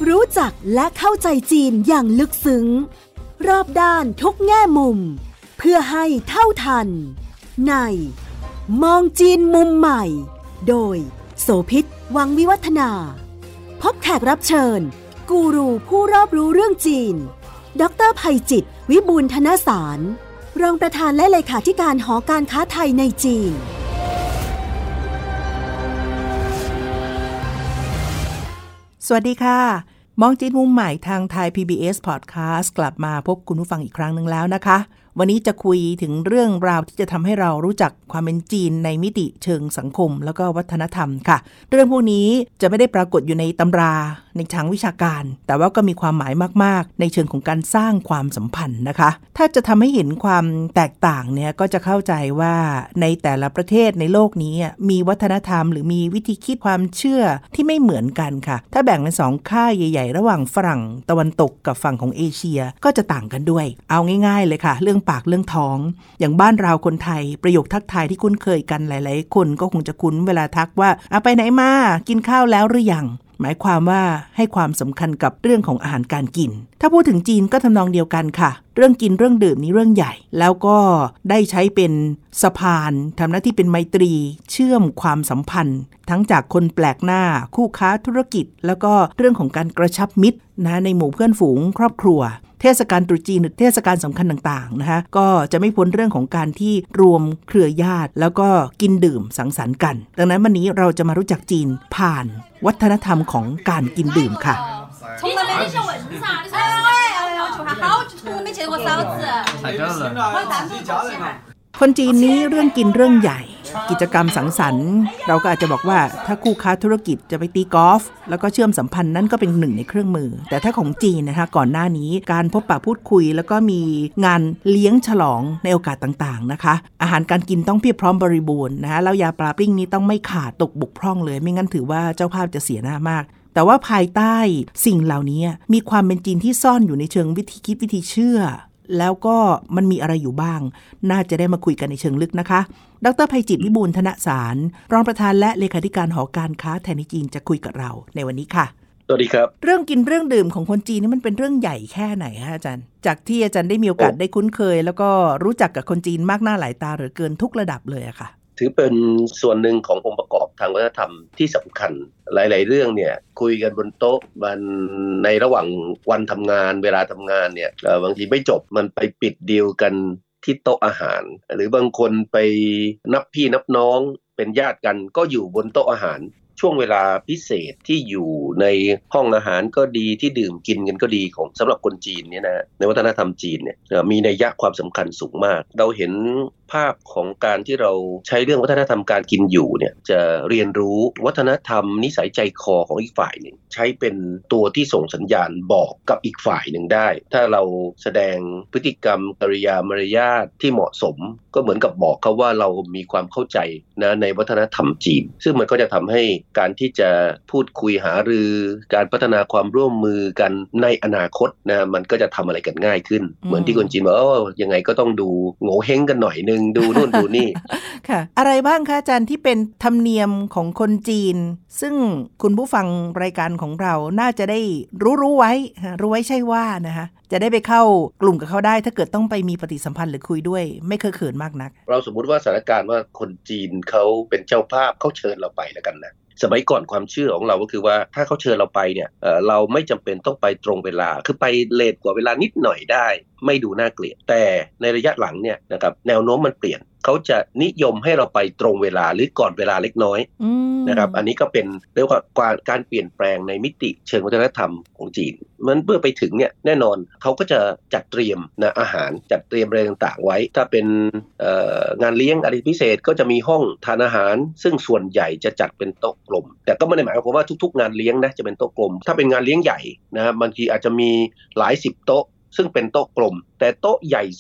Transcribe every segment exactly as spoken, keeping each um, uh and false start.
รู้จักและเข้าใจจีนอย่างลึกซึ้งรอบด้านทุกแง่มุมเพื่อให้เท่าทันในมองจีนมุมใหม่โดยโสภิต วังวิวัฒนาพบแขกรับเชิญกูรูผู้รอบรู้เรื่องจีนดร.ไพจิตร วิบูลย์ธนสารรองประธานและเลขาธิการหอการค้าไทยในจีนสวัสดีค่ะมองจีนมุมใหม่ทางไทย พี บี เอส Podcast กลับมาพบคุณผู้ฟังอีกครั้งนึงแล้วนะคะวันนี้จะคุยถึงเรื่องราวที่จะทำให้เรารู้จักความเป็นจีนในมิติเชิงสังคมแล้วก็วัฒนธรรมค่ะเรื่องพวกนี้จะไม่ได้ปรากฏอยู่ในตำราในทางวิชาการแต่ว่าก็มีความหมายมากๆในเชิงของการสร้างความสัมพันธ์นะคะถ้าจะทำให้เห็นความแตกต่างเนี่ยก็จะเข้าใจว่าในแต่ละประเทศในโลกนี้มีวัฒนธรรมหรือมีวิธีคิดความเชื่อที่ไม่เหมือนกันค่ะถ้าแบ่งเป็นสองค่ายใหญ่ๆระหว่างฝรั่งตะวันตกกับฝั่งของเอเชียก็จะต่างกันด้วยเอาง่ายๆเลยค่ะเรื่องปากเรื่องท้องอย่างบ้านเราคนไทยประโยคทักทายที่คุ้นเคยกันหลายๆคนก็คงจะคุ้นเวลาทักว่าเอาไปไหนมากินข้าวแล้วหรือยังหมายความว่าให้ความสำคัญกับเรื่องของอาหารการกินถ้าพูดถึงจีนก็ทำนองเดียวกันค่ะเรื่องกินเรื่องดื่มนี่เรื่องใหญ่แล้วก็ได้ใช้เป็นสะพานทำหน้าที่เป็นไมตรีเชื่อมความสัมพันธ์ทั้งจากคนแปลกหน้าคู่ค้าธุรกิจแล้วก็เรื่องของการกระชับมิตรนะในหมู่เพื่อนฝูงครอบครัวเทศกาลตรุษจีนหรือเทศกาลสำคัญต่างๆนะคะก็จะไม่พ้นเรื่องของการที่รวมเครือญาติแล้วก็กินดื่มสังสรรค์กันดังนั้นวันนี้เราจะมารู้จักจีนผ่านวัฒนธรรมของการกินดื่มค่ะคนจีนนี้เรื่องกินเรื่องใหญ่กิจกรรมสังสรรค์เราก็อาจจะบอกว่าถ้าคู่ค้าธุรกิจจะไปตีกอล์ฟแล้วก็เชื่อมสัมพันธ์นั่นก็เป็นหนึ่งในเครื่องมือแต่ถ้าของจีนนะคะก่อนหน้านี้การพบปะพูดคุยแล้วก็มีงานเลี้ยงฉลองในโอกาสต่างๆนะคะอาหารการกินต้องเพียบพร้อมบริบูรณ์นะคะแล้วยาปลาปิ้งนี้ต้องไม่ขาดตกบกพร่องเลยไม่งั้นถือว่าเจ้าภาพจะเสียหน้ามากแต่ว่าภายใต้สิ่งเหล่านี้มีความเป็นจีนที่ซ่อนอยู่ในเชิงวิธีคิดวิธีเชื่อแล้วก็มันมีอะไรอยู่บ้างน่าจะได้มาคุยกันในเชิงลึกนะคะดร.ไพจิตร วิบูลย์ธนสารรองประธานและเลขาธิการหอการค้าไทยในจีนจะคุยกับเราในวันนี้ค่ะสวัสดีครับเรื่องกินเรื่องดื่มของคนจีนนี่มันเป็นเรื่องใหญ่แค่ไหนฮะอาจารย์จากที่อาจารย์ได้มีโอกาสได้คุ้นเคยแล้วก็รู้จักกับคนจีนมากหน้าหลายตาเหลือเกินทุกระดับเลยอะค่ะถือเป็นส่วนหนึ่งขององค์ประกอบทางวัฒนธรรมที่สำคัญหลายๆเรื่องเนี่ยคุยกันบนโต๊ะมันในระหว่างวันทำงานเวลาทำงานเนี่ยบางทีไม่จบมันไปปิดดีลกันที่โต๊ะอาหารหรือบางคนไปนับพี่นับน้องเป็นญาติกันก็อยู่บนโต๊ะอาหารช่วงเวลาพิเศษที่อยู่ในห้องอาหารก็ดีที่ดื่มกินกันก็ดีของสำหรับคนจีนเนี่ยนะในวัฒนธรรมจีนเนี่ยมีนัยยะความสำคัญสูงมากเราเห็นภาพของการที่เราใช้เรื่องวัฒนธรรมการกินอยู่เนี่ยจะเรียนรู้วัฒนธรรมนิสัยใจคอของอีกฝ่ายหนึ่งใช้เป็นตัวที่ส่งสัญญาณบอกกับอีกฝ่ายหนึ่งได้ถ้าเราแสดงพฤติกรรมกริยามารยาทที่เหมาะสมก็เหมือนกับบอกเขาว่าเรามีความเข้าใจนะในวัฒนธรรมจีนซึ่งมันก็จะทำให้การที่จะพูดคุยหารือการพัฒนาความร่วมมือกันในอนาคตนะมันก็จะทำอะไรกันง่ายขึ้นเหมือนที่คนจีนบอกว่ายังไงก็ต้องดูโง่เฮงกันหน่อยนึงดูนู่นดูนี่ค่ะอะไรบ้างคะอาจารย์ที่เป็นธรรมเนียมของคนจีนซึ่งคุณผู้ฟังรายการของเราน่าจะได้รู้รู้ไว้รู้ไว้ใช่ว่านะคะจะได้ไปเข้ากลุ่มกับเขาได้ถ้าเกิดต้องไปมีปฏิสัมพันธ์หรือคุยด้วยไม่เคอะเขินมากนักเราสมมุติว่าสถานการณ์ว่าคนจีนเขาเป็นเจ้าภาพเขาเชิญเราไปแล้วกันนะสมัยก่อนความเชื่อของเราก็คือว่าถ้าเขาเชิญเราไปเนี่ย เอ่อ เราไม่จำเป็นต้องไปตรงเวลาคือไปเลทกว่าเวลานิดหน่อยได้ไม่ดูน่าเกลียดแต่ในระยะหลังเนี่ยนะครับแนวโน้มมันเปลี่ยนเขาจะนิยมให้เราไปตรงเวลาหรือก่อนเวลาเล็กน้อยนะครับอันนี้ก็เป็นเรียกว่าการเปลี่ยนแปลงในมิติเชิงวัฒนธรรมของจีนมันเมื่อไปถึงเนี่ยแน่นอนเขาก็จะจัดเตรียมนะอาหารจัดเตรียมอะไรต่างๆไว้ถ้าเป็นงานเลี้ยงอะไรพิเศษก็จะมีห้องทานอาหารซึ่งส่วนใหญ่จะจัดเป็นโต๊ะกลมแต่ก็ไม่ได้หมายความว่าทุกๆงานเลี้ยงนะจะเป็นโต๊ะกลมถ้าเป็นงานเลี้ยงใหญ่นะบางทีอาจจะมีหลายสิบโต๊ะซึ่งเป็นโต๊ะกลมแต่โต๊ะใหญ่สุด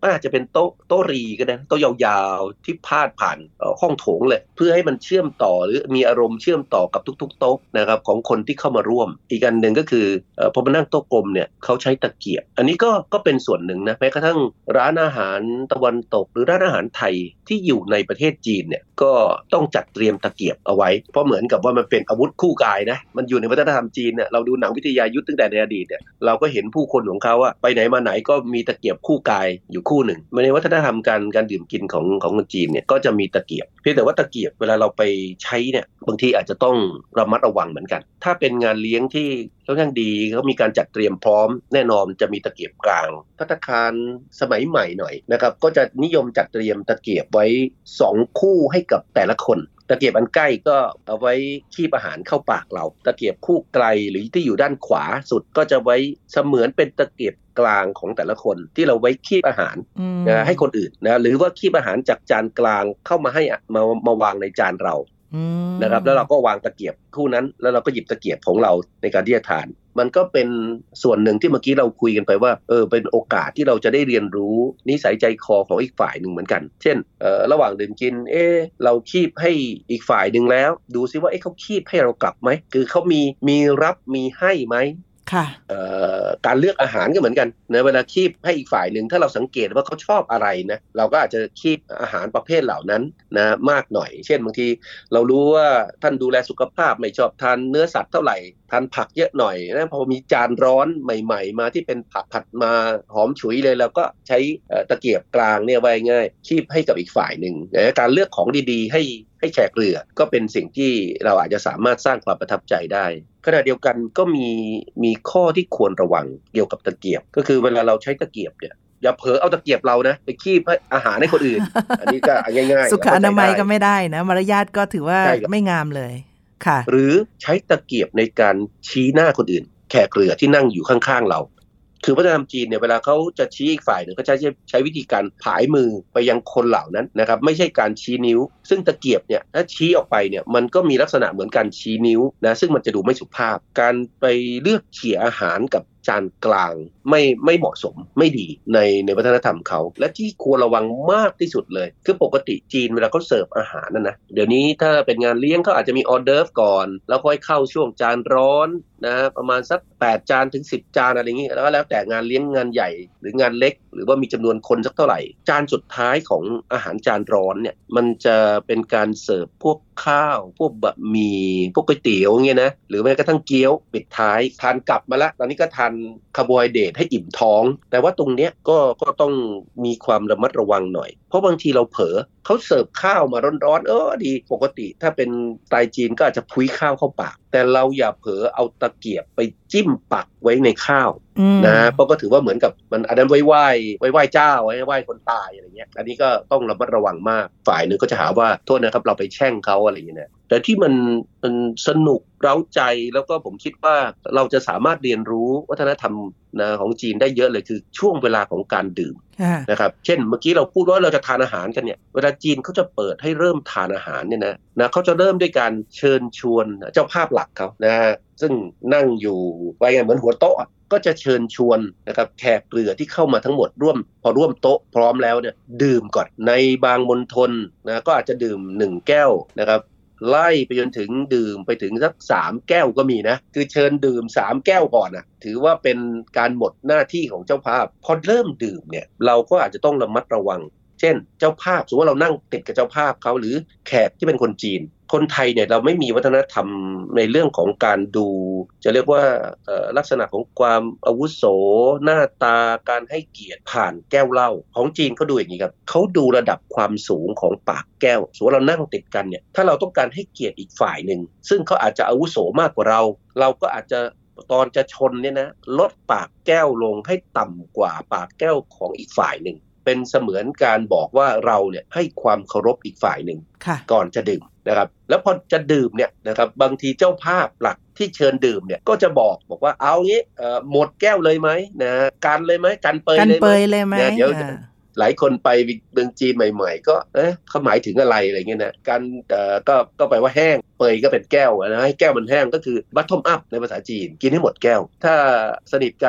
มันอาจจะเป็นโต๊ะโต๊ะรีก็ได้โต๊ะยาวๆที่พาดผ่านห้องโถงเลยเพื่อให้มันเชื่อมต่อหรือมีอารมณ์เชื่อมต่อกับทุกๆโต๊ะนะครับของคนที่เข้ามาร่วมอีกอันหนึ่งก็คือพอมานั่งโต๊ะกลมเนี่ยเขาใช้ตะเกียบอันนี้ก็ก็เป็นส่วนหนึ่งนะแม้กระทั่งร้านอาหารตะวันตกหรือร้านอาหารไทยที่อยู่ในประเทศจีนเนี่ยก็ต้องจัดเตรียมตะเกียบเอาไว้เพราะเหมือนกับว่ามันเป็นอาวุธคู่กายนะมันอยู่ในวัฒนธรรมจีนเนี่ยเราดูหนังวิทยายุทธตั้งแต่ในอดีตเนี่ยเราก็เห็นผู้คนของเขาอะไปไหนมาไหนก็มีตะเกียบคู่กายอยู่คู่หนึ่งในวัฒนธรรมการการดื่มกินของของคนจีนเนี่ยก็จะมีตะเกียบเพียงแต่ว่าตะเกียบเวลาเราไปใช้เนี่ยบางทีอาจจะต้องระมัดระวังเหมือนกันถ้าเป็นงานเลี้ยงที่ค่อนข้างดีเขามีการจัดเตรียมพร้อมแน่นอนจะมีตะเกียบกลางภัตตาคารสมัยใหม่หน่อยนะครับก็จะนิยมจัดเตรียมตะเกียบไว้สองคู่ให้กับแต่ละคนตะเกียบอันใกล้ก็เอาไว้คีบอาหารเข้าปากเราตะเกียบคู่ไกลหรือที่อยู่ด้านขวาสุดก็จะไว้เสมือนเป็นตะเกียบกลางของแต่ละคนที่เราไว้คีบอาหารนะให้คนอื่นนะหรือว่าคีบอาหารจากจานกลางเข้ามาให้มามาวางในจานเรานะครับแล้วเราก็วางตะเกียบคู่นั้นแล้วเราก็หยิบตะเกียบของเราในการที่จะทานมันก็เป็นส่วนหนึ่งที่เมื่อกี้เราคุยกันไปว่าเออเป็นโอกาสที่เราจะได้เรียนรู้นิสัยใจคอของอีกฝ่ายหนึ่งเหมือนกันเช่นเอ่อระหว่างดื่มกินเอ๊ะเราคีบให้อีกฝ่ายหนึ่งแล้วดูซิว่าเอ๊ะเขาคีบให้เรากลับไหมคือเขามีมีรับมีให้ไหมค่ะเอ่อการเลือกอาหารก็เหมือนกันนะเวลาคีบให้อีกฝ่ายหนึ่งถ้าเราสังเกตว่าเขาชอบอะไรนะเราก็อาจจะคีบอาหารประเภทเหล่านั้นนะมากหน่อยเช่นบางทีเรารู้ว่าท่านดูแลสุขภาพไม่ชอบทานเนื้อสัตว์เท่าไหร่ทานผักเยอะหน่อยนะพอมีจานร้อนใหม่ๆมาที่เป็นผักผัดมาหอมฉุยเลยเราก็ใช้ตะเกียบกลางเนี่ยไว้ง่ายคีบให้กับอีกฝ่ายหนึ่งนะการเลือกของดีๆให้ให้แขกเรือก็เป็นสิ่งที่เราอาจจะสามารถสร้างความประทับใจได้ขณะเดียวกันก็มีมีข้อที่ควรระวังเกี่ยวกับตะเกียบก็คือเวลาเราใช้ตะเกียบเนี่ยอย่าเผลอเอาตะเกียบเรานะไปคีบอาหารให้คนอื่น อันนี้ก็ง่ายๆสุขอนามัยก็ไม่ได้นะมารยาทก็ถือว่าไม่งามเลยค่ะหรือใช้ตะเกียบในการชี้หน้าคนอื่นแขกเรือที่นั่งอยู่ข้างๆเราคือวัฒนธรรมจีนเนี่ยเวลาเขาจะชี้อีกฝ่ายหนึ่งก็ใช้ใช้วิธีการผายมือไปยังคนเหล่านั้นนะครับไม่ใช่การชี้นิ้วซึ่งตะเกียบเนี่ยถ้าชี้ออกไปเนี่ยมันก็มีลักษณะเหมือนการชี้นิ้วนะซึ่งมันจะดูไม่สุภาพการไปเลือกเขี่ยอาหารกับจานกลางไม่ไม่เหมาะสมไม่ดีในในวัฒนธรรมเขาและที่ควรระวังมากที่สุดเลยคือปกติจีนเวลาเขาเสิร์ฟอาหารนั่นนะเดี๋ยวนี้ถ้าเป็นงานเลี้ยงเขาอาจจะมีออเดิร์ฟก่อนแล้วค่อยเข้าช่วงจานร้อนนะประมาณสักแปดจานถึงสิบจานอะไรอย่างงี้แล้วก็แล้วแต่งานเลี้ยงงานใหญ่หรืองานเล็กหรือว่ามีจำนวนคนสักเท่าไหร่จานสุดท้ายของอาหารจานร้อนเนี่ยมันจะเป็นการเสิร์ฟพวกข้าวพวกบะหมี่พวกก๋วยเตี๋ยวเงี้ยนะหรือแม้กระทั่งเกี๊ยวปิดท้ายทานกลับมาละตอนนี้ก็ทานคาร์โบไฮเดรตให้อิ่มท้องแต่ว่าตรงเนี้ยก็ก็ต้องมีความระมัดระวังหน่อยเพราะบางทีเราเผลอเขาเสิร์ฟข้าวมาร้อนๆเออดีปกติถ้าเป็นสไตล์จีนก็อาจจะพุ้ยข้าวเข้าปากแต่เราอย่าเผลอเอาตะเกียบไปจิ้มปักไว้ในข้าวนะเพราะก็ถือว่าเหมือนกับมันอันนั้นไว้ไหว้ไว้ไหว้เจ้าไว้ไหว้คนตายอะไรเงี้ยอันนี้ก็ต้องระมัดระวังมากฝ่ายนึงก็จะหาว่าโทษนะครับเราไปแช่งเขาอะไรอย่างเงี้ยแต่ที่มันมันสนุกเร้าใจแล้วก็ผมคิดว่าเราจะสามารถเรียนรู้วัฒนธรรมนะของจีนได้เยอะเลยคือช่วงเวลาของการดื่มนะครับเช่นเมื่อกี้เราพูดว่าเราจะทานอาหารกันเนี่ยเวลาจีนเขาจะเปิดให้เริ่มทานอาหารเนี่ยนะนะเขาจะเริ่มด้วยการเชิญชวนเจ้าภาพหลักเขานะซึ่งนั่งอยู่ไว้เหมือนหัวโต๊ะก็จะเชิญชวนนะครับแขกเรือที่เข้ามาทั้งหมดร่วมพอร่วมโต๊ะพร้อมแล้วเนี่ยดื่มก่อนในบางมณฑลนะก็อาจจะดื่มหนึ่งแก้วนะครับไล่ไปจนถึงดื่มไปถึงสักสามแก้วก็มีนะคือเชิญดื่มสามแก้วก่อนนะถือว่าเป็นการหมดหน้าที่ของเจ้าภาพพอเริ่มดื่มเนี่ยเราก็อาจจะต้องระมัดระวังเช่นเจ้าภาพสมมติว่าเรานั่งติดกับเจ้าภาพเขาหรือแขกที่เป็นคนจีนคนไทยเนี่ยเราไม่มีวัฒนธรรมในเรื่องของการดูจะเรียกว่าลักษณะของความอาวุโสหน้าตาการให้เกียรติผ่านแก้วเหล้าของจีนเขาดูอย่างนี้ครับเขาดูระดับความสูงของปากแก้วสมมติเรานั่งติดกันเนี่ยถ้าเราต้องการให้เกียรติอีกฝ่ายหนึ่งซึ่งเขาอาจจะอาวุโสมากกว่าเราเราก็อาจจะตอนจะชนเนี่ยนะลดปากแก้วลงให้ต่ำกว่าปากแก้วของอีกฝ่ายหนึ่งเป็นเสมือนการบอกว่าเราเนี่ยให้ความเคารพอีกฝ่ายหนึ่งก่อนจะดื่มนะครับแล้วพอจะดื่มเนี่ยนะครับบางทีเจ้าภาพหลักที่เชิญดื่มเนี่ยก็จะบอกบอกว่าเอางี้เอ่อหมดแก้วเลยไหมนะกันเลยไหมกันเปยเลยไหมเดี๋ยวหลายคนไปเมืองจีนใหม่ๆก็เอ๊ะเขาหมายถึงอะไรอะไรเงี้ยนะกันเอ่อก็ก็แปลว่าแห้งเปยก็เป็นแก้วนะให้แก้วมันแห้งก็คือบัตทอมอัพในภาษาจีนกินให้หมดแก้วถ้าสนิทกัน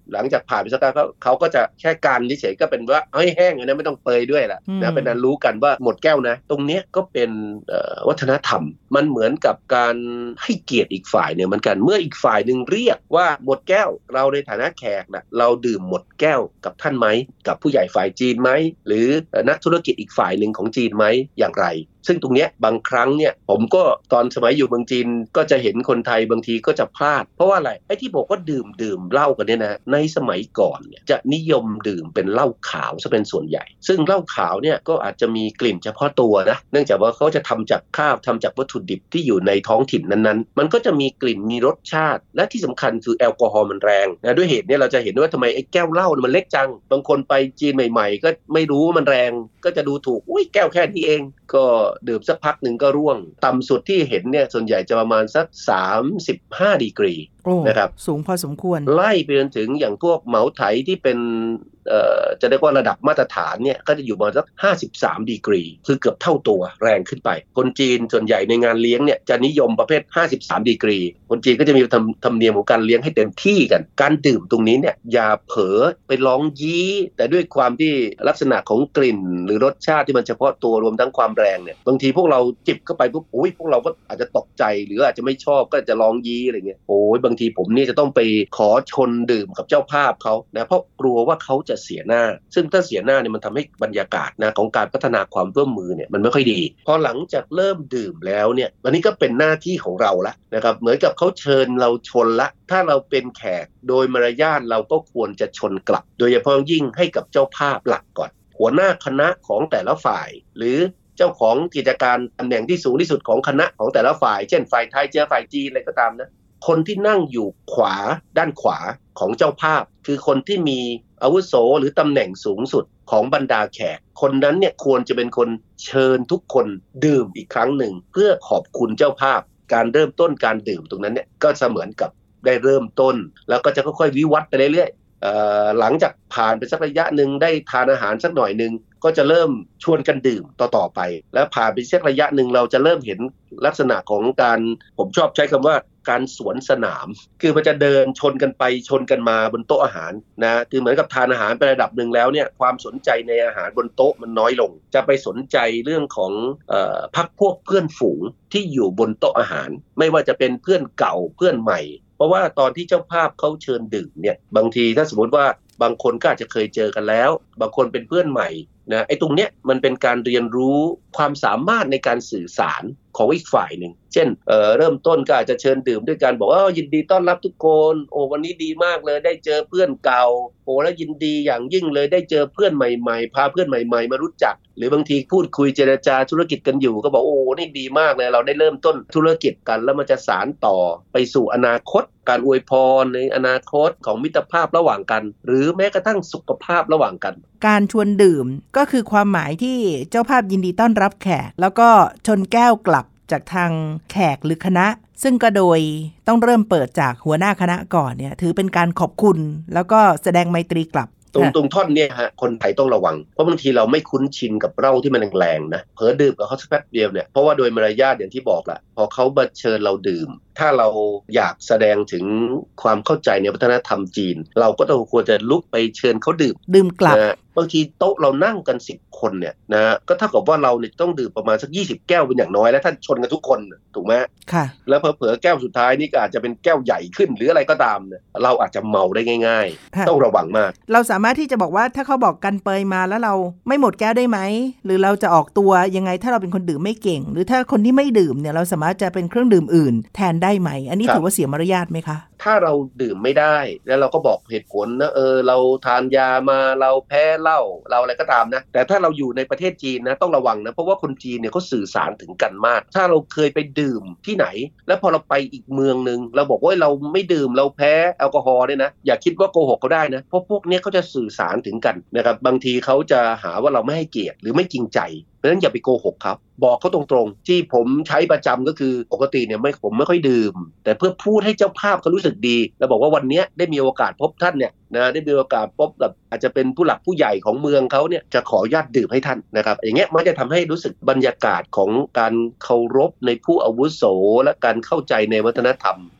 หลังจากผ่านไปสักพักเขาเขาก็จะแค่การเฉยๆก็เป็นว่าเฮ้ยแห้งนะไม่ต้องเปยด้วยแหละนะเป็นนั้นรู้กันว่าหมดแก้วนะตรงนี้ก็เป็นวัฒนธรรมมันเหมือนกับการให้เกียรติอีกฝ่ายเนี่ยมันกันเมื่ออีกฝ่ายนึงเรียกว่าหมดแก้วเราในฐานะแขกนะเราดื่มหมดแก้วกับท่านไหมกับผู้ใหญ่ฝ่ายจีนไหมหรือนักธุรกิจอีกฝ่ายนึงของจีนไหมอย่างไรซึ่งตรงนี้บางครั้งเนี่ยผมก็ตอนสมัยอยู่เมืองจีนก็จะเห็นคนไทยบางทีก็จะพลาดเพราะว่าอะไรไอ้ที่บอกว่าดื่มดื่มเหล้ากันเนี่ยนะในสมัยก่อนเนี่ยจะนิยมดื่มเป็นเหล้าขาวซะเป็นส่วนใหญ่ซึ่งเหล้าขาวเนี่ยก็อาจจะมีกลิ่นเฉพาะตัวนะเนื่องจากว่าเขาจะทำจากข้าวทำจากวัตถุดิบที่อยู่ในท้องถิ่นนั้นๆมันก็จะมีกลิ่นมีรสชาติและที่สำคัญคือแอลกอฮอล์มันแรงนะด้วยเหตุนี้เราจะเห็นว่าทำไมไอ้แก้วเหล้ามันเล็กจังบางคนไปจีนใหม่ๆก็ไม่รู้ว่ามันแรงก็จะดูถูกอุ้ยแก้วแค่นี้เองก็ดื่มสักพักหนึ่งก็ร่วงต่ำสุดที่เห็นเนี่ยส่วนใหญ่จะประมาณสักสามสิบห้าดีกรีนะครับสูงพอสมควรไล่ไปจนถึงอย่างพวกเหมาไถที่เป็นเอ่อจะเรียกว่าระดับมาตรฐานเนี่ยก็จะอยู่ประมาณสักห้าสิบสามดีกรีคือเกือบเท่าตัวแรงขึ้นไปคนจีนส่วนใหญ่ในงานเลี้ยงเนี่ยจะนิยมประเภทห้าสิบสามดีกรีคนจีนก็จะมีธรรมธรรมเนียมของการเลี้ยงให้เต็มที่กันการดื่มตรงนี้เนี่ยอย่าเผลอไปร้องยี้แต่ด้วยความที่ลักษณะของกลิ่นหรือรสชาติที่มันเฉพาะตัวรวมทั้งความแรงเนี่ยบางทีพวกเราจิบเข้าไปปุ๊บอุ้ยพวกเราก็อาจจะตกใจหรืออาจจะไม่ชอบก็จะร้องยี้อะไรเงี้ยโอ้ยบางทีผมนี่จะต้องไปขอชนดื่มกับเจ้าภาพเขานะเพราะกลัวว่าเขาจะเสียหน้าซึ่งถ้าเสียหน้าเนี่ยมันทำให้บรรยากาศนะของการพัฒนาความร่วมมือเนี่ยมันไม่ค่อยดีพอหลังจากเริ่มดื่มแล้วเนี่ยวันนี้ก็เป็นหน้าที่ของเราละนะครับเหมือนกับเขาเชิญเราชนละถ้าเราเป็นแขกโดยมารยาทเราก็ควรจะชนกลับโดยเฉพาะยิ่งให้กับเจ้าภาพหลักก่อนหัวหน้าคณะของแต่ละฝ่ายหรือเจ้าของกิจการตำแหน่งที่สูงที่สุดของคณะของแต่ละฝ่ายเช่นฝ่ายไทยเจอฝ่ายจีนอะไรก็ตามนะคนที่นั่งอยู่ขวาด้านขวาของเจ้าภาพคือคนที่มีอาวุโสหรือตำแหน่งสูงสุดของบรรดาแขกคนนั้นเนี่ยควรจะเป็นคนเชิญทุกคนดื่มอีกครั้งหนึ่งเพื่อขอบคุณเจ้าภาพการเริ่มต้นการดื่มตรงนั้นเนี่ยก็เสมือนกับได้เริ่มต้นแล้วก็จะค่อยๆวิวัฒน์ไปเรื่อยๆหลังจากผ่านไปสักระยะหนึ่งได้ทานอาหารสักหน่อยนึงก็จะเริ่มชวนกันดื่มต่อๆไปแล้วผ่านไปสักระยะหนึ่งเราจะเริ่มเห็นลักษณะของการผมชอบใช้คำว่าการสวนสนามคือมันจะเดินชนกันไปชนกันมาบนโต๊ะอาหารนะคือเหมือนกับทานอาหารไประดับหนึ่งแล้วเนี่ยความสนใจในอาหารบนโต๊ะมันน้อยลงจะไปสนใจเรื่องของเอ่อพรรคพวกเพื่อนฝูงที่อยู่บนโต๊ะอาหารไม่ว่าจะเป็นเพื่อนเก่าเพื่อนใหม่เพราะว่าตอนที่เจ้าภาพเขาเชิญดื่มเนี่ยบางทีถ้าสมมติว่าบางคนก็อาจจะเคยเจอกันแล้วบางคนเป็นเพื่อนใหม่นะไอ้ตรงเนี้ยมันเป็นการเรียนรู้ความสามารถในการสื่อสารของอีกฝ่ายหนึ่งเช่นเอ่อเริ่มต้นก็อาจจะเชิญดื่มด้วยการบอกว่ายินดีต้อนรับทุกคนโอ้วันนี้ดีมากเลยได้เจอเพื่อนเก่าโอ้แล้วยินดีอย่างยิ่งเลยได้เจอเพื่อนใหม่ๆพาเพื่อนใหม่ๆมารู้จักหรือบางทีพูดคุยเจรจาธุรกิจกันอยู่ก็บอกโอ้นี่ดีมากเลยเราได้เริ่มต้นธุรกิจกันแล้วมันจะสานต่อไปสู่อนาคตการอวยพรในอนาคตของมิตรภาพระหว่างกันหรือแม้กระทั่งสุขภาพระหว่างกันการชวนดื่มก็คือความหมายที่เจ้าภาพยินดีต้อนรับแขกแล้วก็ชนแก้วกลับจากทางแขกหรือคณะซึ่งก็โดยต้องเริ่มเปิดจากหัวหน้าคณะก่อนเนี่ยถือเป็นการขอบคุณแล้วก็แสดงไมตรีกลับตรงตรงท่อนเนี่ยฮะคนไทยต้องระวังเพราะบางทีเราไม่คุ้นชินกับเหล้าที่มันแรงๆนะเผลอดื่มกับเขาสักแป๊บเดียวเนี่ยเพราะว่าโดยมารยาทอย่างที่บอกละพอเขามาเชิญเราดื่มถ้าเราอยากแสดงถึงความเข้าใจในวัฒนธรรมจีนเราก็ต้องควรจะลุกไปเชิญเขาดื่มดื่มกลับบางทีโต๊ะเรานั่งกันสิบคนเนี่ยนะก็เท่ากับว่าเราเนี่ยต้องดื่มประมาณสักยี่สิบแก้วเป็นอย่างน้อยแล้วท่านชนกันทุกคนถูกไหมค่ะแล้วเผลอๆแก้วสุดท้ายนี่ก็อาจจะเป็นแก้วใหญ่ขึ้นหรืออะไรก็ตามเนี่ยเราอาจจะเมาได้ง่ายๆต้องระวังมากเราสามารถที่จะบอกว่าถ้าเขาบอกกันเปยมาแล้วเราไม่หมดแก้วได้ไหมหรือเราจะออกตัวยังไงถ้าเราเป็นคนดื่มไม่เก่งหรือถ้าคนที่ไม่ดื่มเนี่ยเราสามารถจะเป็นเครื่องดื่มอื่นแทนได้ไหมอันนี้ถือว่าเสียมารยาทไหมคะถ้าเราดื่มไม่ได้แล้วเราก็บอกเหตุผลนะเออเราทานยามาเราแพ้เหล้าเราอะไรก็ตามนะแต่ถ้าเราอยู่ในประเทศจีนนะต้องระวังนะเพราะว่าคนจีนเนี่ยเขาสื่อสารถึงกันมากถ้าเราเคยไปดื่มที่ไหนแล้วพอเราไปอีกเมืองนึงเราบอกว่าเราไม่ดื่มเราแพ้แอลกอฮอล์เนี่ยนะอย่าคิดว่าโกหกเขาได้นะเพราะพวกนี้เขาจะสื่อสารถึงกันนะครับบางทีเขาจะหาว่าเราไม่ให้เกียรติหรือไม่จริงใจเพราะฉะนั้นอย่าไปโกหกครับบอกเขาตรงๆที่ผมใช้ประจำก็คือปกติเนี่ยไม่ผมไม่ค่อยดื่มแต่เพื่อพูดให้เจ้าภาพเขารู้สึกดีแล้วบอกว่าวันนี้ได้มีโอกาสพบท่านเนี่ยนะได้มีโอกาสพบกับอาจจะเป็นผู้หลักผู้ใหญ่ของเมืองเขาเนี่ยจะขออนุญาตดื่มให้ท่านนะครับอย่างเงี้ยมันจะทำให้รู้สึกบรรยากาศของการเคารพในผู้อาวุโสและการเข้าใจในวัฒนธรรม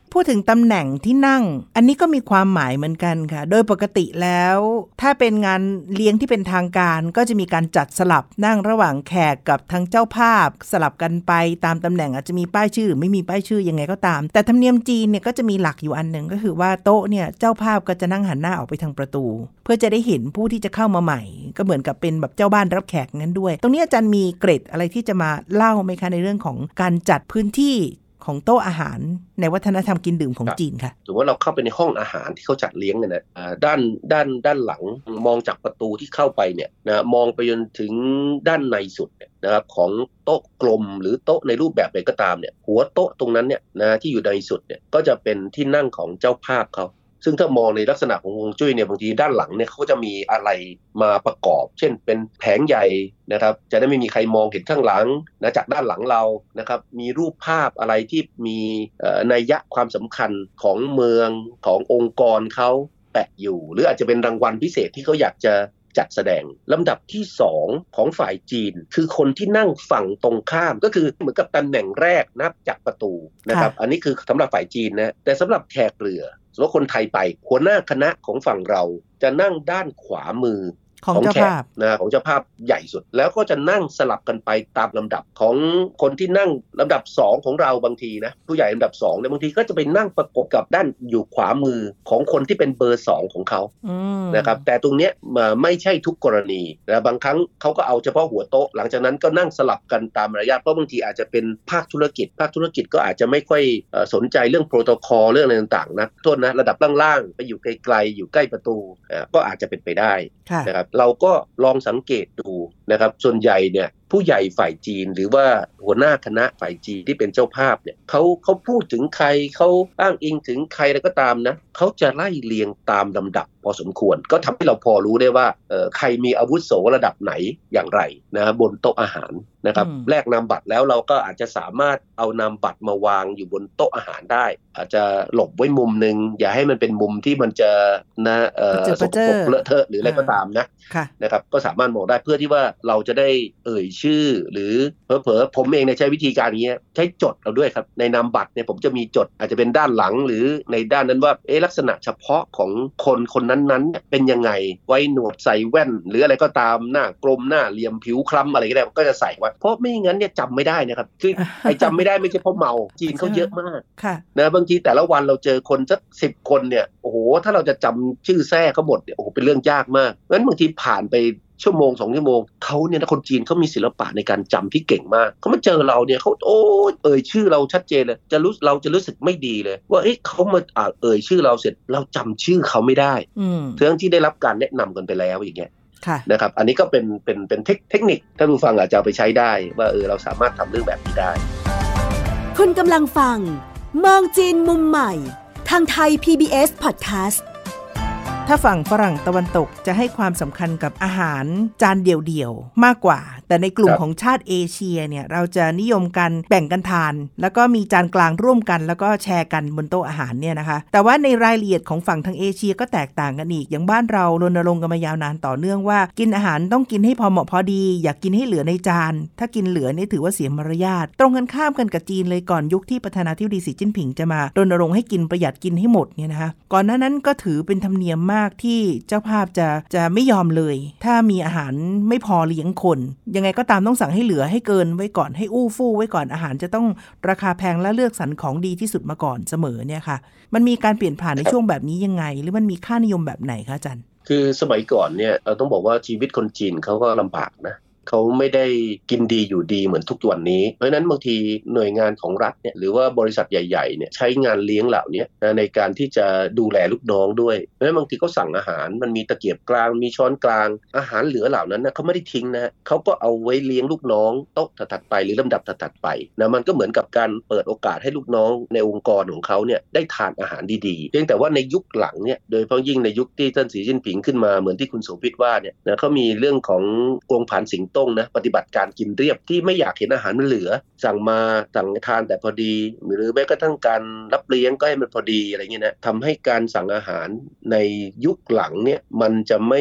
พูดถึงตำแหน่งที่นั่งอันนี้ก็มีความหมายเหมือนกันค่ะโดยปกติแล้วถ้าเป็นงานเลี้ยงที่เป็นทางการก็จะมีการจัดสลับนั่งระหว่างแขกกับทางเจ้าภาพสลับกันไปตามตำแหน่งอาจจะมีป้ายชื่อหรือไม่มีป้ายชื่อยังไงก็ตามแต่ธรรมเนียมจีนเนี่ยก็จะมีหลักอยู่อันหนึ่งก็คือว่าโต๊ะเนี่ยเจ้าภาพก็จะนั่งหันหน้าออกไปทางประตูเพื่อจะได้เห็นผู้ที่จะเข้ามาใหม่ก็เหมือนกับเป็นแบบเจ้าบ้านรับแขกงั้นด้วยตรงนี้อาจารย์มีเกร็ดอะไรที่จะมาเล่าไหมคะในเรื่องของการจัดพื้นที่ของโต๊ะอาหารในวัฒนธรรมกินดื่มของจีนค่ะสมมติว่าเราเข้าไปในห้องอาหารที่เขาจัดเลี้ยงเนี่ยนะด้านด้านด้านหลังมองจากประตูที่เข้าไปเนี่ยนะมองไปจนถึงด้านในสุดเนี่ยนะครับของโต๊ะกลมหรือโต๊ะในรูปแบบใดก็ตามเนี่ยหัวโต๊ะตรงนั้นเนี่ยนะที่อยู่ในสุดเนี่ยก็จะเป็นที่นั่งของเจ้าภาพเขาซึ่งถ้ามองในลักษณะของฮวงจุ้ยเนี่ยบางทีด้านหลังเนี่ยเขาก็จะมีอะไรมาประกอบเช่นเป็นแผงใหญ่นะครับจะได้ไม่มีใครมองเห็นข้างหลังนะจากด้านหลังเรานะครับมีรูปภาพอะไรที่มีนัยยะความสำคัญของเมืองขององค์กรเขาแปะอยู่หรืออาจจะเป็นรางวัลพิเศษที่เขาอยากจะจัดแสดงลำดับที่สองของฝ่ายจีนคือคนที่นั่งฝั่งตรงข้ามก็คือเหมือนกับตำแหน่งแรกนับจากประตูนะครับอันนี้คือสำหรับฝ่ายจีนนะแต่สำหรับแขกเรือสมมติคนไทยไปหัวหน้าคณะของฝั่งเราจะนั่งด้านขวามือของเจ้าภาพนะของเจ้าภาพใหญ่สุดแล้วก็จะนั่งสลับกันไปตามลำดับของคนที่นั่งลำดับสองของเราบางทีนะผู้ใหญ่ลำดับสองเนี่ยบางทีก็จะไปนั่งประกบกับด้านอยู่ขวามือของคนที่เป็นเบอร์สองของเขานะครับแต่ตรงเนี้ยไม่ใช่ทุกกรณีนะบางครั้งเขาก็เอาเฉพาะหัวโต๊ะหลังจากนั้นก็นั่งสลับกันตามระยะเพราะบางทีอาจจะเป็นภาคธุรกิจภาคธุรกิจก็อาจจะไม่ค่อยสนใจเรื่องโปรโตคอลเรื่องอะไรต่างๆนะโทษนะระดับล่างๆไปอยู่ไกลๆอยู่ใกล้ประตูก็อาจจะเป็นไปได้นะครับเราก็ลองสังเกตดูนะครับส่วนใหญ่เนี่ยผู้ใหญ่ฝ่ายจีนหรือว่าหัวหน้าคณะฝ่ายจีนที่เป็นเจ้าภาพเนี่ยเขาเขาพูดถึงใครเขาอ้างอิงถึงใครแล้วก็ตามนะเขาจะไล่เรียงตามลำดับพอสมควรก็ทำให้เราพอรู้ได้ว่าเอ่อใครมีอาวุโสระดับไหนอย่างไรนะบนโต๊ะอาหารนะครับแลกนามบัตรแล้วเราก็อาจจะสามารถเอานามบัตรมาวางอยู่บนโต๊ะอาหารได้อาจจะหลบไว้มุมนึงอย่าให้มันเป็นมุมที่มันจะนะเอ่อสกปรกเลอะเทอะหรืออะไรก็ตามนะนะครับก็สามารถมองได้เพื่อที่ว่าเราจะได้เอ่ยชื่อหรือเผลอๆผมเองเนี่ยใช้วิธีการนี้ใช้จดเอาด้วยครับในนามบัตรเนี่ยผมจะมีจดอาจจะเป็นด้านหลังหรือในด้านนั้นว่าเอ๊ะลักษณะเฉพาะของคนคนนั้นๆเป็นยังไงไว้หนวดใส่แว่นหรืออะไรก็ตามหน้ากลมหน้าเหลี่ยมผิวคล้ำอะไรก็ได้ก็จะใส่ไว้เพราะไม่งั้นเนี่ยจำไม่ได้นะครับคือไอ้จำไม่ได้ไม่ใช่เพราะเมาจีนเขาเยอะมากนะบางทีแต่ละวันเราเจอคนสักสิบคนเนี่ยโอ้โหถ้าเราจะจำชื่อแท้เขาหมดเนี่ยโอ้โหเป็นเรื่องยากมากงั้นบางทีผ่านไปชั่วโมงสองชั่วโมงเขาเนี่ยคนจีนเขามีศิลปะในการจำที่เก่งมากเขามาเจอเราเนี่ยเขาโอ้เอ่ยชื่อเราชัดเจนเลยจะรู้เราจะรู้สึกไม่ดีเลยว่าเอ๊ะเขามาเอ่ยชื่อเราเสร็จเราจำชื่อเขาไม่ได้ทั้งที่ได้รับการแนะนำกันไปแล้วอย่างเงี้ยนะครับอันนี้ก็เป็นเป็นเป็นเทคนิคท่านผู้ฟังอาจจะเอาไปใช้ได้ว่าเออเราสามารถทำเรื่องแบบนี้ได้คุณกำลังฟังมองจีนมุมใหม่ทางไทย พี บี เอส Podcast ถ้าฝั่งฝรั่งตะวันตกจะให้ความสำคัญกับอาหารจานเดี่ยวๆมากกว่าแต่ในกลุ่มของชาติเอเชียเนี่ยเราจะนิยมกันแบ่งกันทานแล้วก็มีจานกลางร่วมกันแล้วก็แชร์กันบนโต๊ะอาหารเนี่ยนะคะแต่ว่าในรายละเอียดของฝั่งทางเอเชียก็แตกต่างกันอีกอย่างบ้านเรารณรงค์กันมายาวนานต่อเนื่องว่ากินอาหารต้องกินให้พอเหมาะพอดีอย่ากกินให้เหลือในจานถ้ากินเหลือนี่ถือว่าเสียมารยาทตรงกันข้ามกันกับจีนเลยก่อนยุคที่ประธานาธิบดีสีจิ้นผิงจะมารณรงค์ให้กินประหยัดกินให้หมดเนี่ยนะคะก่อนหน้านั้นก็ถือเป็นธรรมเนียมมากที่เจ้าภาพจะจะไม่ยอมเลยถ้ามีอาหารไม่พอเลี้ยงคนยังไงก็ตามต้องสั่งให้เหลือให้เกินไว้ก่อนให้อู้ฟู่ไว้ก่อนอาหารจะต้องราคาแพงและเลือกสรรของดีที่สุดมาก่อนเสมอเนี่ยค่ะมันมีการเปลี่ยนผ่านในช่วงแบบนี้ยังไงหรือมันมีค่านิยมแบบไหนคะอาจารย์คือสมัยก่อนเนี่ยเราต้องบอกว่าชีวิตคนจีนเขาก็ลำบากนะเขาไม่ได้กินดีอยู่ดีเหมือนทุกวันนี้เพราะฉะนั้นบางทีหน่วยงานของรัฐเนี่ยหรือว่าบริษัทใหญ่ๆเนี่ยใช้งานเลี้ยงเหล่านี้นะในการที่จะดูแลลูกน้องด้วยเพราะฉะนั้นบางทีเขาสั่งอาหารมันมีตะเกียบกลางมีช้อนกลางอาหารเหลือเหล่านั้นนะเขาไม่ได้ทิ้งนะเขาก็เอาไว้เลี้ยงลูกน้องโต๊ะถัดไปหรือลำดับถัดไปนะมันก็เหมือนกับการเปิดโอกาสให้ลูกน้องในองค์กรของเขาเนี่ยได้ทานอาหารดีๆเพียงแต่ว่าในยุคหลังเนี่ยโดยเฉพาะยิ่งในยุคที่ท่านสีจิ้นผิงขึ้นมาเหมือนที่คุณโสภิตว่าเนี่ยนะเขามีเรื่องของกงผานสิงต้งนะปฏิบัติการกินเรียบที่ไม่อยากเห็นอาหารมันเหลือสั่งมาสั่งทานแต่พอดีหรือแม้กระทั่งการรับเลี้ยงก็ให้มันพอดีอะไรเงี้ยนะทำให้การสั่งอาหารในยุคหลังเนี่ยมันจะไม่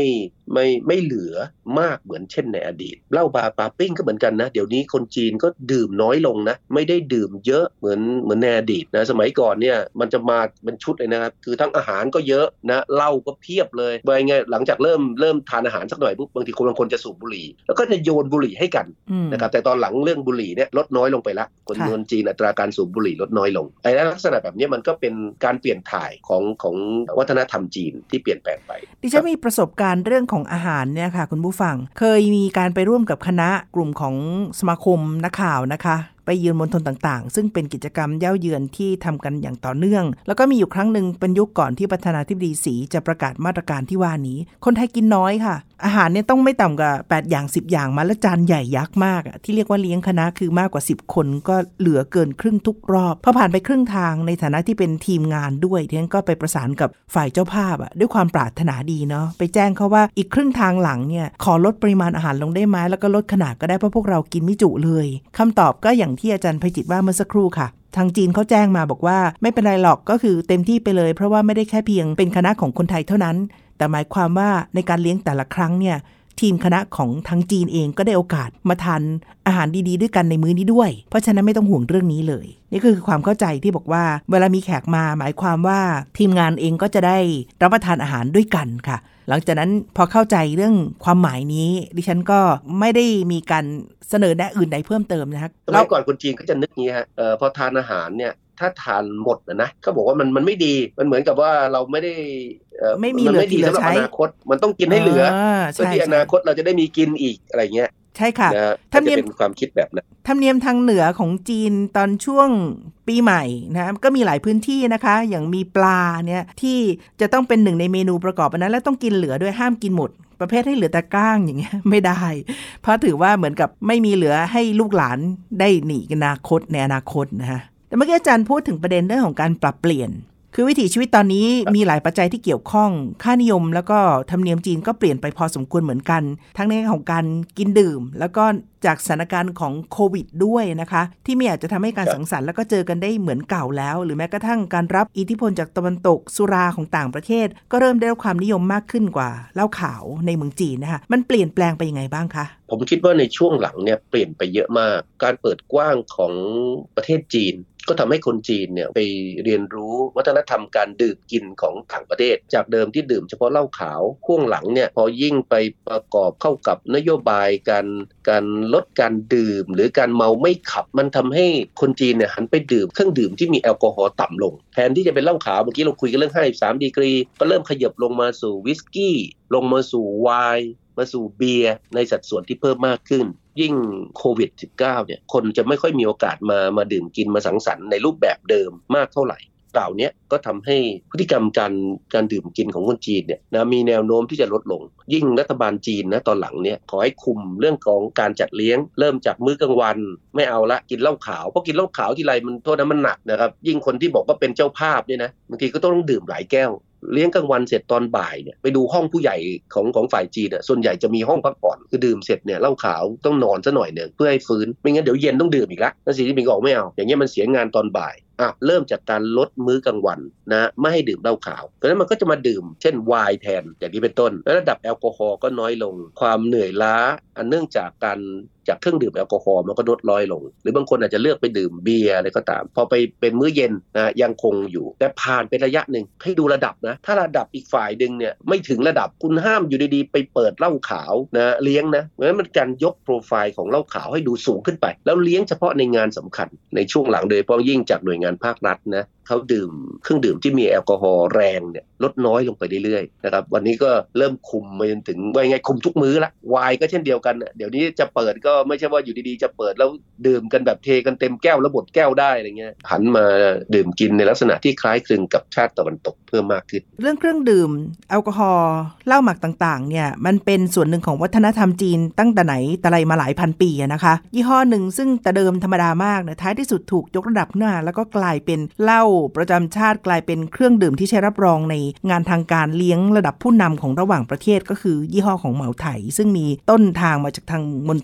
ไม่ไม่เหลือมากเหมือนเช่นในอดีตเหล้าบาร์ปาปิ้งก็เหมือนกันนะเดี๋ยวนี้คนจีนก็ดื่มน้อยลงนะไม่ได้ดื่มเยอะเหมือนเหมือนในอดีตนะสมัยก่อนเนี่ยมันจะมาเป็นชุดเลยนะครับคือทั้งอาหารก็เยอะนะเหล้าก็เพียบเลยว่าไงหลังจากเริ่มเริ่มทานอาหารสักหน่อยปุ๊บบางทีคนบางคนจะสูบบุหรี่แล้วก็จะโยนบุหรี่ให้กันนะครับแต่ตอนหลังเรื่องบุหรี่เนี่ยลดน้อยลงไปละคนเมืองจีนอัตราการสูบบุหรี่ลดน้อยลงไอ้ลักษณะแบบนี้มันก็เป็นการเปลี่ยนถ่ายของของวัฒนธรรมจีนที่เปลี่ยนแปลงไปดิฉันมีประสบการณ์เรื่องของอาหารเนี่ยค่ะคุณผู้ฟังเคยมีการไปร่วมกับคณะกลุ่มของสมาคมนักข่าวนะคะไปเยือนมณฑลต่างๆซึ่งเป็นกิจกรรมเย้าเยือนที่ทำกันอย่างต่อเนื่องแล้วก็มีอยู่ครั้งหนึ่งเป็นยุคก่อนที่ประธานาธิบดีสีจะประกาศมาตรการที่ว่านี้คนไทยกินน้อยค่ะอาหารเนี่ยต้องไม่ต่ำกว่าแปดอย่างสิบอย่างมาแล้วจานใหญ่ยักษ์มากที่เรียกว่าเลี้ยงคณะคือมากกว่าสิบคนก็เหลือเกินครึ่งทุกรอบพอผ่านไปครึ่งทางในฐานะที่เป็นทีมงานด้วยทีนั้นก็ไปประสานกับฝ่ายเจ้าภาพอ่ะด้วยความปรารถนาดีเนาะไปแจ้งเขาว่าอีกครึ่งทางหลังเนี่ยขอลดปริมาณอาหารลงได้ไหมแล้วก็ลดขนาดก็ได้เพราะพวกเรากินไม่จุเลยคำตอบก็อย่างที่อาจารย์ไพจิตรว่าเมื่อสักครู่ค่ะทางจีนเขาแจ้งมาบอกว่าไม่เป็นไรหรอกก็คือเต็มที่ไปเลยเพราะว่าไม่ได้แค่เพียงเป็นคณะของคนไทยเท่านั้นแต่หมายความว่าในการเลี้ยงแต่ละครั้งเนี่ยทีมคณะของทางจีนเองก็ได้โอกาสมาทานอาหารดีๆด้วยกันในมื้อนี้ด้วยเพราะฉะนั้นไม่ต้องห่วงเรื่องนี้เลยนี่คือความเข้าใจที่บอกว่าเวลามีแขกมาหมายความว่าทีมงานเองก็จะได้รับประทานอาหารด้วยกันค่ะหลังจากนั้นพอเข้าใจเรื่องความหมายนี้ดิฉันก็ไม่ได้มีการเสนอแนะอื่นใดเพิ่มเติมนะครับสมัยก่อนคนจีนก็จะนึกงี้ฮะเอ่อพอทานอาหารเนี่ยถ้าทานหมดนะนะเขาบอกว่ามันมันไม่ดีมันเหมือนกับว่าเราไม่ได้ไม่มีเหลือกินเหลือใช้สำหรับอนาคตมันต้องกินให้เหลือเพื่อที่อนาคตเราจะได้มีกินอีกอะไรเงี้ยใช่ค่ะธรรมเนียมเป็นความคิดแบบนั้นธรรมเนียมทางเหนือของจีนตอนช่วงปีใหม่นะก็มีหลายพื้นที่นะคะอย่างมีปลาเนี่ยที่จะต้องเป็นหนึ่งในเมนูประกอบอันนั้นและต้องกินเหลือด้วยห้ามกินหมดประเภทให้เหลือแต่ก้างอย่างเงี้ยไม่ได้เพราะถือว่าเหมือนกับไม่มีเหลือให้ลูกหลานได้หนีอนาคตในอนาคตนะฮะแต่เมื่อกี้อาจารย์พูดถึงประเด็นเรื่องของการปรับเปลี่ยนคือวิถีชีวิตตอนนี้มีหลายปัจจัยที่เกี่ยวข้องค่านิยมแล้วก็ธรรมเนียมจีนก็เปลี่ยนไปพอสมควรเหมือนกันทั้งในเรื่องของการกินดื่มแล้วก็จากสถานการณ์ของโควิดด้วยนะคะที่ไม่อาจจะทำให้การสังสรรค์แล้วก็เจอกันได้เหมือนเก่าแล้วหรือแม้กระทั่งการรับอิทธิพลจากตะวันตกสุราของต่างประเทศก็เริ่มได้รับความนิยมมากขึ้นกว่าเหล้าขาวในเมืองจีนนะคะมันเปลี่ยนแปลงไปยังไงบ้างคะผมคิดว่าในช่วงหลังเนี่ยเปลี่ยนไปเยอะมากการเปิดกว้างของประเทศจีนก็ทำให้คนจีนเนี่ยไปเรียนรู้วัฒนธรรมการดื่มกินของต่างประเทศจากเดิมที่ดื่มเฉพาะเหล้าขาวช่วงหลังเนี่ยพอยิ่งไปประกอบเข้ากับนโยบายการการลดการดื่มหรือการเมาไม่ขับมันทำให้คนจีนเนี่ยหันไปดื่มเครื่องดื่มที่มีแอลกอฮอล์ต่ำลงแทนที่จะเป็นเหล้าขาวเมื่อกี้เราคุยกันเรื่องห้าสิบสามดีกรีก็เริ่มขยับลงมาสู่วิสกี้ลงมาสู่ไวน์มาสู่เบียร์ในสัดส่วนที่เพิ่มมากขึ้นยิ่งโควิด สิบเก้า เนี่ยคนจะไม่ค่อยมีโอกาสมามาดื่มกินมาสังสรรค์ในรูปแบบเดิมมากเท่าไหร่กล่าวนี้ก็ทำให้พฤติกรรมการการดื่มกินของคนจีนเนี่ยนะมีแนวโน้มที่จะลดลงยิ่งรัฐบาลจีนนะตอนหลังเนี่ยขอให้คุมเรื่องของการจัดเลี้ยงเริ่มจากมื้อกลางวันไม่เอาละกินเหล้าขาวเพราะกินเหล้าขาวทีไรมันโทษนะมันหนักนะครับยิ่งคนที่บอกว่าเป็นเจ้าภาพเนี่ยนะบางทีก็ต้องดื่มหลายแก้วเลี้ยงกลางวันเสร็จตอนบ่ายเนี่ยไปดูห้องผู้ใหญ่ของของฝ่ายจีนอ่ะส่วนใหญ่จะมีห้องพักผ่อนคือดื่มเสร็จเนี่ยเหล้าขาวต้องนอนซะหน่อยนึงเพื่อให้ฟื้นไม่งั้นเดี๋ยวเย็นต้องดื่มอีกละแล้วสีที่มิงก็บอกไม่เอาอย่างเงี้ยมันเสียงานตอนบ่ายอ่ะเริ่มจากการลดมื้อกลางวันนะไม่ให้ดื่มเหล้าขาวเพราะฉะนั้นมันก็จะมาดื่มเช่นไวน์แทนอย่างนี้เป็นต้นแล้วระดับแอลกอฮอล์ก็น้อยลงความเหนื่อยล้าอันเนื่องจากการจากเครื่องดื่มแอลกอฮอล์มันก็ลดน้อยลงหรือบางคนอาจจะเลือกไปดื่มเบียร์อะไรก็ตามพอไปเป็นมื้อเย็นนะยังคงอยู่แต่ผ่านไประยะหนึ่งให้ดูระดับนะถ้าระดับอีกฝ่ายดึงเนี่ยไม่ถึงระดับคุณห้ามอยู่ดีๆไปเปิดเหล้าขาวนะเลี้ยงนะเพราะฉะนั้นมันการยกโปรไฟล์ของเหล้าขาวให้ดูสูงขึ้นไปแล้วเลี้ยงเฉพาะในงานสำคัญในช่วงหลังโดยเฉพาะยิ่งจากหน่วยงานภาครัฐนะเขาดื่มเครื่องดื่มที่มีแอลกอฮอล์แรงเนี่ยลดน้อยลงไปเรื่อยๆนะครับวันนี้ก็เริ่มคุมมาจนถึงว่าไงคุมทุกมื้อละไวน์ก็เช่นเดียวกันเดี๋ยวนี้จะเปิดก็ไม่ใช่ว่าอยู่ดีๆจะเปิดแล้วดื่มกันแบบเทกันเต็มแก้วแล้วหมดแก้วได้อะไรเงี้ยหันมาดื่มกินในลักษณะที่คล้ายคลึงกับชาติตะวันตกเพิ่มมากขึ้นเรื่องเครื่องดื่มแอลกอฮอล์เหล้าหมักต่างๆเนี่ยมันเป็นส่วนหนึ่งของวัฒนธรรมจีนตั้งแต่ไหนแต่ไรมาหลายพันปีนะคะยี่ห้อหนึ่งซึ่งแต่เดิมธรรมดามากเนี่ยท้ายที่สุดถูกยกระดับขึ้นมาแล้วก็กลายเป็นเหล้าประจำชาติกลายเป็นเครื่องดื่มที่ใช้รับรองในงานทางการเลี้ยงระดับผู้นำของระหว่างประเทศก็คือยี่ห้อของเหมาไถซึ่งมีต้นทางมาจากทางมณฑลกุ้ย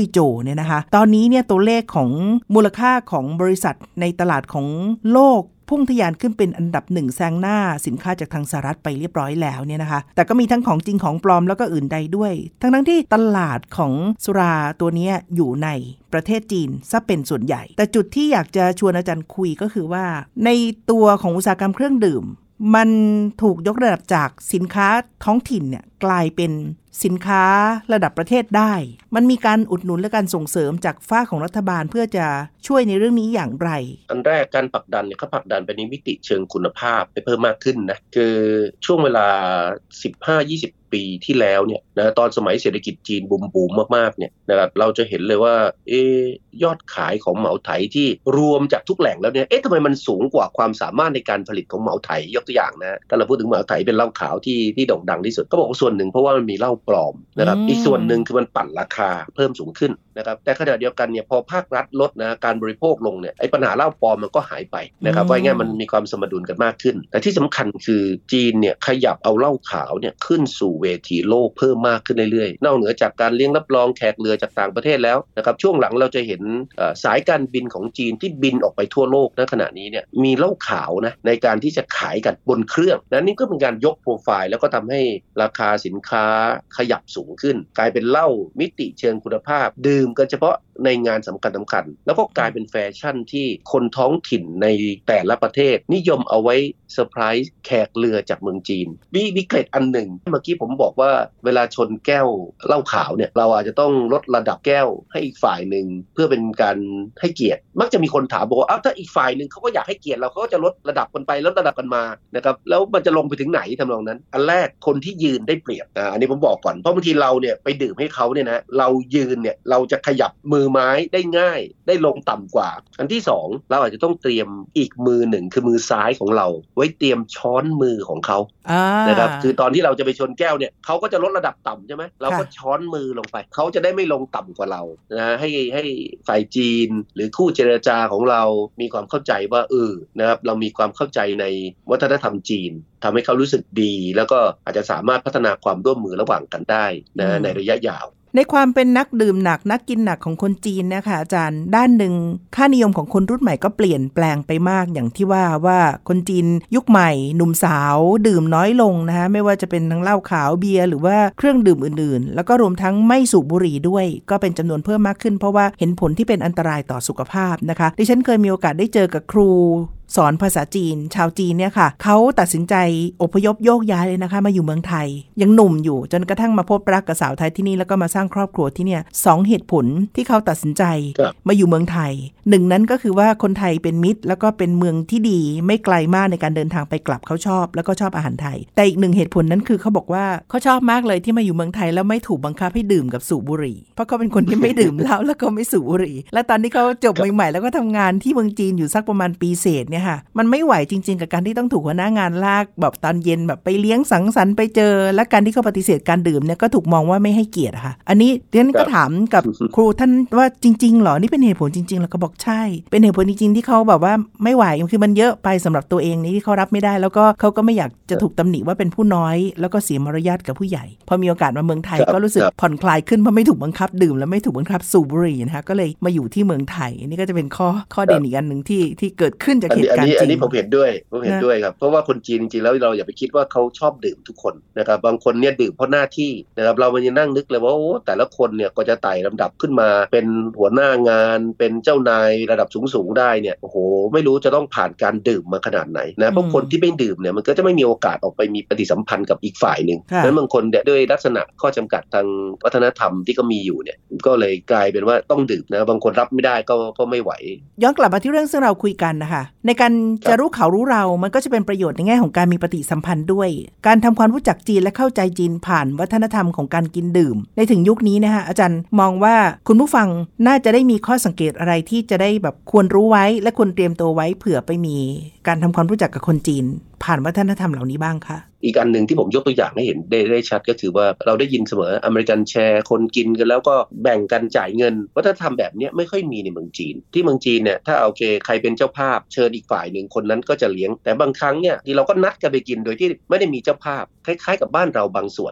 โจวเนี่ยนะคะตอนนี้เนี่ยตัวเลขของมูลค่าของบริษัทในตลาดของโลกพุ่งทะยานขึ้นเป็นอันดับหนึ่งแซงหน้าสินค้าจากทางสหรัฐไปเรียบร้อยแล้วเนี่ยนะคะแต่ก็มีทั้งของจริงของปลอมแล้วก็อื่นใดด้วยทั้งทั้งที่ตลาดของสุราตัวนี้อยู่ในประเทศจีนซะเป็นส่วนใหญ่แต่จุดที่อยากจะชวนอาจารย์คุยก็คือว่าในตัวของอุตสาหกรรมเครื่องดื่มมันถูกยกระดับจากสินค้าท้องถิ่นเนี่ยกลายเป็นสินค้าระดับประเทศได้มันมีการอุดหนุนและการส่งเสริมจากฝ้าของรัฐบาลเพื่อจะช่วยในเรื่องนี้อย่างไรอันแรกการผลักดันเนี่ยเขาผลักดันไปในมิติเชิงคุณภาพไปเพิ่มมากขึ้นนะคือช่วงเวลา สิบห้ายี่สิบ ปีที่แล้วเนี่ยนะตอนสมัยเศรษฐกิจจีนบูมบูมมากๆเนี่ยนะครับเราจะเห็นเลยว่าเอ๊ยยอดขายของเหมาไถที่รวมจากทุกแหล่งแล้วเนี่ยเอ๊ะทำไมมันสูงกว่าความสามารถในการผลิตของเหมาไถยกตัวอย่างนะถ้าเราพูดถึงเหมาไถเป็นเหล้าขาวที่ที่โด่งดังที่สุดก็บอกว่าส่วนหนึ่งเพราะว่ามันมีเหล้าปลอมนะครับอีกส่วนหนึ่งคือมันปั่นราคาเพิ่มสูงขึ้นนะครับแต่ขณะเดียวกันเนี่ยพอภาครัฐลดนะการบริโภคลงเนี่ยไอ้ปัญหาเหล้าปลอมมันก็หายไปนะครับว่าง่ายมันมีความสมดุลกันมากขึ้นแต่ที่สำคัญคือจีนเนี่ยขยับเอาเหล้าขาวเนี่ยขึ้นสู่เวทีโลกเพิ่มมากขึ้นเรื่อยๆนอกเหนือจากการเลี้ยงรับรองแขกเรือจากต่างประเทศแล้วนะครับช่วงหลังเราจะเห็นสายการบินของจีนที่บินออกไปทั่วโลกณขณะนี้เนี่ยมีเหล้าขาวนะในการที่จะขายกันบนเครื่องนั้นนี่ก็เป็นการยกโปรไฟล์แล้วก็ทำให้ราคาสินค้าขยับสูงขึ้นกลายเป็นเหล้ามิติเชิงคุณภาพดื่มกันเฉพาะในงานสำคัญสำคัญแล้วก็กลายเป็นแฟชั่นที่คนท้องถิ่นในแต่ละประเทศนิยมเอาไว้เซอร์ไพรส์แขกเรือจากเมืองจีนมีมีเกร็ดอันหนึ่งเมื่อกี้ผมบอกว่าเวลาชนแก้วเหล้าขาวเนี่ยเราอาจจะต้องลดระดับแก้วให้อีกฝ่ายหนึ่งเพื่อเป็นการให้เกียรติมักจะมีคนถามบอกว่าอ้าวถ้าอีกฝ่ายหนึ่งเขาก็อยากให้เกียรติเราเขาก็จะลดระดับกันไปลดระดับกันมานะครับแล้วมันจะลงไปถึงไหนทำนองนั้นอันแรกคนที่ยืนได้เปรียบอ่าอันนี้ผมบอกก่อนเพราะบางทีเราเนี่ยไปดื่มให้เขาเนี่ยนะเรายืนเนี่ยเราจะขยับมือไม้ได้ง่ายได้ลงต่ำกว่าอันที่สองเราอาจจะต้องเตรียมอีกมือหนึ่งคือมือซ้ายของเราไว้เตรียมช้อนมือของเขานะครับคือตอนที่เราจะไปชนแก้วเนี่ยเขาก็จะลดระดับต่ำใช่ไหมเราก็ช้อนมือลงไปเขาจะได้ไม่ลงต่ำกว่าเรานะให้ให้ฝ่ายจีนหรือคู่เจรจาของเรามีความเข้าใจว่าเออนะครับเรามีความเข้าใจในวัฒนธรรมจีนทำให้เขารู้สึกดีแล้วก็อาจจะสามารถพัฒนาความร่วมมือระหว่างกันได้นะในระยะยาวในความเป็นนักดื่มหนักนักกินหนักของคนจีนนะคะอาจารย์ด้านหนึ่งค่านิยมของคนรุ่นใหม่ก็เปลี่ยนแปลงไปมากอย่างที่ว่าว่าคนจีนยุคใหม่หนุ่มสาวดื่มน้อยลงนะคะไม่ว่าจะเป็นทั้งเหล้าขาวเบียร์หรือว่าเครื่องดื่มอื่นๆแล้วก็รวมทั้งไม่สูบบุหรี่ด้วยก็เป็นจำนวนเพิ่มมากขึ้นเพราะว่าเห็นผลที่เป็นอันตรายต่อสุขภาพนะคะดิฉันเคยมีโอกาสได้เจอกับครูสอนภาษาจีนชาวจีนเนี่ยค่ะเขาตัดสินใจอพยพโยกย้ายเลยนะคะมาอยู่เมืองไทยยังหนุ่มอยู่จนกระทั่งมาพบรักกับสาวไทยที่นี่แล้วก็มาสร้างครอบครัวที่เนี่ยสองเหตุผลที่เขาตัดสินใจมาอยู่เมืองไทยหนึ่งนั้นก็คือว่าคนไทยเป็นมิตรแล้วก็เป็นเมืองที่ดีไม่ไกลมากในการเดินทางไปกลับเขาชอบแล้วก็ชอบอาหารไทยแต่อีกหนึ่งเหตุผลนั้นคือเขาบอกว่าเขาชอบมากเลยที่มาอยู่เมืองไทยแล้วไม่ถูกบังคับให้ดื่มกับสูบบุหรี่เพราะเขาเป็นคนที่ไม่ดื่มเหล้าแล้วก็ไม่สูบบุหรี่และตอนที่เขาจบใหม่ๆแล้วก็ทำงานที่เมืองจีนอยู่สักประมาณปีเศษเนี่ยค่ะมันไม่ไหวจริงๆกับการที่ต้องถูกหัวหน้างานลากแบบตอนเย็นแบบไปเลี้ยงสังสรรค์ไปเจอและการที่เขาปฏิเสธการดื่มเนี่ยก็ถูกมองว่าไม่ให้เกียรติค่ะอันนี้เรียนก็ถามกับครูท่านว่าจริงๆหรอนี่เป็นเหตุผลจริงๆแล้วก็บอกใช่เป็นเหตุผลจริงๆที่เขาแบบว่าไม่ไหวคือมันเยอะไปสำหรับตัวเองนี่ที่เขารับไม่ได้แล้วก็เขาก็ไม่อยากจะถูกตำหนิว่าเป็นผู้น้อยแล้วก็เสียมารยาทกับผู้ใหญ่พอมีโอกาสมาเมืองไทยก็รู้สึกผ่อนคลายขึ้นเพราะไม่ถูกบังคับดื่มและไม่ถูกบังคับสูบบุหรี่นะคะก็เลยมาอยู่ที่เมืองไทยนี่ก็จะเป็นข้อข้อเด่นอีกอันนึงที่ที่เกิดขึ้นจากเหตุการณ์จริงอันนี้ผมเห็นด้วยผมเห็นด้วยครับเพราะว่าคนจีนจริงๆแล้วเราอย่าไปคิดว่าเขาชอบดื่มทุกคนนะครับบางคนเนี่ยดื่มเพราะหน้าที่นะครับเรามันยังนั่งนึกเลยว่าโอ้แต่ละคนเนี่ยก็จะไต่ลำดับขึ้นมาเป็นหัวหน้างานเป็นเจ้านายระดับสูงๆได้เนี่ยโอ้โหไม่รู้จะต้องผ่านการดื่มมาขนาดไหนนะเพราะคนที่ไม่ดื่มเนี่ยมันก็จะไม่มีโอกาสออกไปมีปฏิสัมพันธ์กับอีกฝ่ายนึงนั้นบางคนเนี่ยด้วยลักษณะข้อจำกัดทางวัฒนธรรมที่ก็มีอยู่เนี่ยก็เลยกลายเป็นว่าต้องดื่มนะบางคนรับไม่ได้ก็ก็ไม่ไหวย้อนกลับมาที่เรื่องซึ่งเราคุยกันนะคะในการจะรู้เขารู้เรามันก็จะเป็นประโยชน์ในแง่ของการมีปฏิสัมพันธ์ด้วยการทำความรู้จักจีนและเข้าใจจีนผ่านวัฒนธรรมของการกินดื่มในถึงยุคนี้นะคะอาจารย์มองว่าคุณผู้ฟังน่าจะได้มีข้อสังเกตอะไรที่จะได้แบบควรรู้ไว้และควรเตรียมตัวไว้เผื่อไปมีการทำความรู้จักกับคนจีนผ่านวัฒนธรรมเหล่านี้บ้างคะอีกอันหนึ่งที่ผมยกตัวอย่างให้เห็นได้ได้ชัดก็คือว่าเราได้ยินเสมออเมริกันแชร์คนกินกันแล้วก็แบ่งกันจ่ายเงินวัฒนธรรมแบบนี้ไม่ค่อยมีในเมืองจีนที่เมืองจีนเนี่ยถ้าโอเคใครเป็นเจ้าภาพเชิญอีกฝ่ายหนึ่งคนนั้นก็จะเลี้ยงแต่บางครั้งเนี่ยที่เราก็นัดกันไปกินโดยที่ไม่ได้มีเจ้าภาพคล้ายๆกับบ้านเราบางส่วนนะ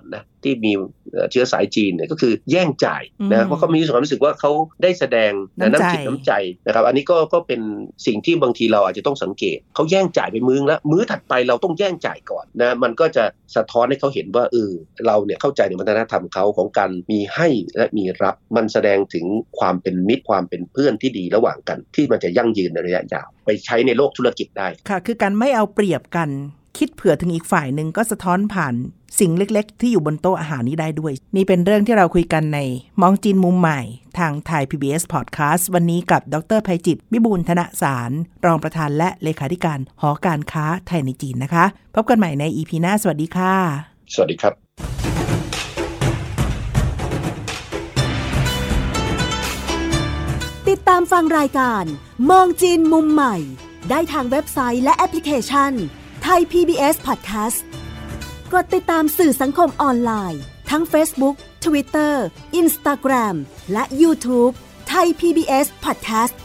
ที่มีเชื้อสายจีนเนี่ยก็คือแย่งจ่ายนะเพราะเขามีความรู้สึกว่าเขาได้แสดงน้ำจิตน้ำใจนะครับอันนี้ก็ก็เป็นสิ่งที่บางทีเราอาจจะต้องสังเกตเขาแย่งจ่ายไปมื้อแล้วมื้อถัดไปเราต้องแย่งจ่ายก่อนนะมันก็จะสะท้อนให้เขาเห็นว่าเออเราเนี่ยเข้าใจในวัฒนธรรมเขาของการมีให้และมีรับมันแสดงถึงความเป็นมิตรความเป็นเพื่อนที่ดีระหว่างกันที่มันจะยั่งยืนในระยะยาวไปใช้ในโลกธุรกิจได้ค่ะคือการไม่เอาเปรียบกันคิดเผื่อถึงอีกฝ่ายหนึ่งก็สะท้อนผ่านสิ่งเล็กๆที่อยู่บนโต๊ะอาหารนี้ได้ด้วยนี่เป็นเรื่องที่เราคุยกันในมองจีนมุมใหม่ทางไทย พี บี เอส Podcast วันนี้กับดร.ไพจิตร วิบูลย์ธนสารรองประธานและเลขาธิการหอการค้าไทยในจีนนะคะพบกันใหม่ใน อี พี หน้าสวัสดีค่ะสวัสดีครับติดตามฟังรายการมองจีนมุมใหม่ได้ทางเว็บไซต์และแอปพลิเคชันไทย พี บี เอส Podcast กดติดตามสื่อสังคมออนไลน์ทั้ง Facebook Twitter Instagram และ YouTube ไทย พี บี เอส Podcast